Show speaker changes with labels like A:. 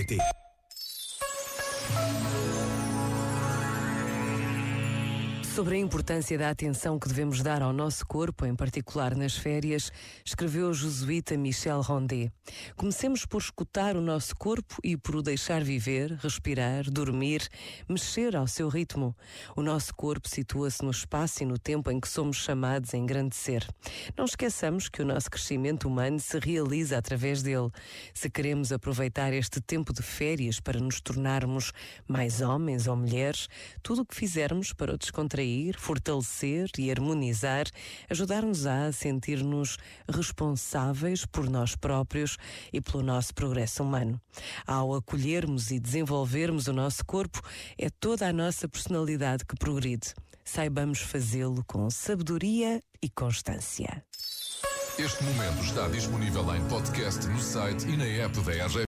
A: rr.pt.
B: Sobre a importância da atenção que devemos dar ao nosso corpo, em particular nas férias, escreveu o jesuíta Michel Rondet. Comecemos por escutar o nosso corpo e por o deixar viver, respirar, dormir, mexer ao seu ritmo. O nosso corpo situa-se no espaço e no tempo em que somos chamados a engrandecer. Não esqueçamos que o nosso crescimento humano se realiza através dele. Se queremos aproveitar este tempo de férias para nos tornarmos mais homens ou mulheres, tudo o que fizermos para o descontrair, fortalecer e harmonizar, ajudar-nos a sentir-nos responsáveis por nós próprios e pelo nosso progresso humano. Ao acolhermos e desenvolvermos o nosso corpo, é toda a nossa personalidade que progride. Saibamos fazê-lo com sabedoria e constância.
C: Este momento está disponível em podcast no site e na app da RGP.